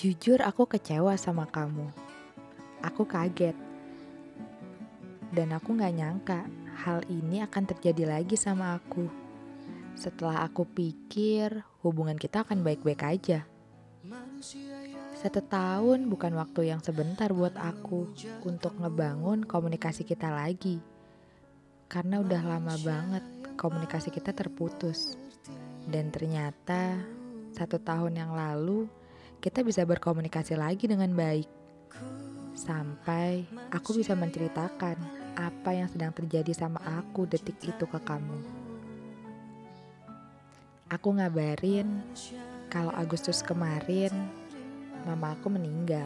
Jujur aku kecewa sama kamu. Aku kaget. Dan aku gak nyangka hal ini akan terjadi lagi sama aku. Setelah aku pikir hubungan kita akan baik-baik aja. 1 tahun bukan waktu yang sebentar buat aku untuk ngebangun komunikasi kita lagi. Karena udah lama banget komunikasi kita terputus. Dan ternyata 1 tahun yang lalu kita bisa berkomunikasi lagi dengan baik. Sampai aku bisa menceritakan apa yang sedang terjadi sama aku detik itu ke kamu. Aku ngabarin kalau Agustus kemarin mama aku meninggal.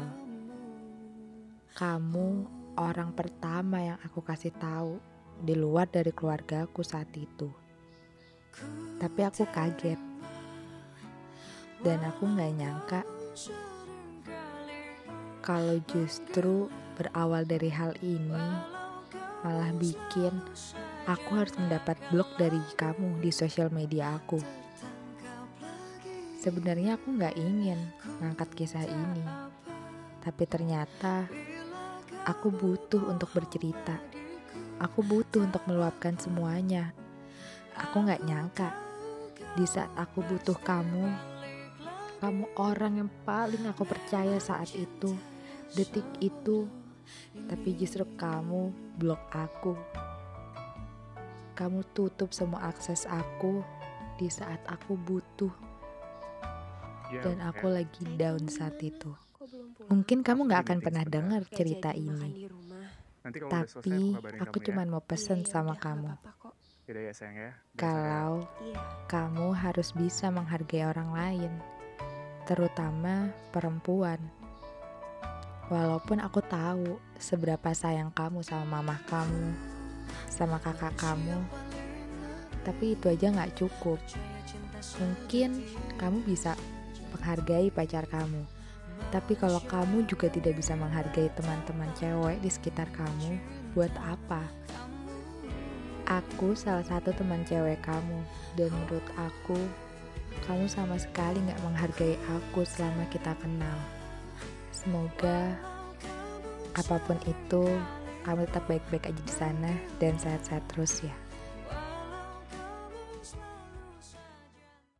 Kamu orang pertama yang aku kasih tahu di luar dari keluargaku saat itu. Tapi aku kaget. Dan aku gak nyangka kalau justru berawal dari hal ini malah bikin aku harus mendapat blok dari kamu di sosial media aku. Sebenarnya aku gak ingin ngangkat kisah ini, tapi ternyata aku butuh untuk bercerita. Aku butuh untuk meluapkan semuanya. Aku gak nyangka di saat aku butuh kamu orang yang paling aku percaya saat itu, detik itu, tapi justru kamu blok aku. Kamu tutup semua akses aku di saat aku butuh. Dan aku lagi down saat itu. Mungkin kamu gak akan pernah dengar cerita ini. Tapi aku cuma mau pesen sama kamu. Kalau kamu harus bisa menghargai orang lain, terutama perempuan. Walaupun aku tahu seberapa sayang kamu sama mamah kamu, sama kakak kamu, tapi itu aja gak cukup. Mungkin kamu bisa menghargai pacar kamu, tapi kalau kamu juga tidak bisa menghargai teman-teman cewek di sekitar kamu, buat apa? Aku salah satu teman cewek kamu, dan menurut aku kamu sama sekali gak menghargai aku selama kita kenal. Semoga apapun itu kamu tetap baik-baik aja di sana dan sehat-sehat terus ya.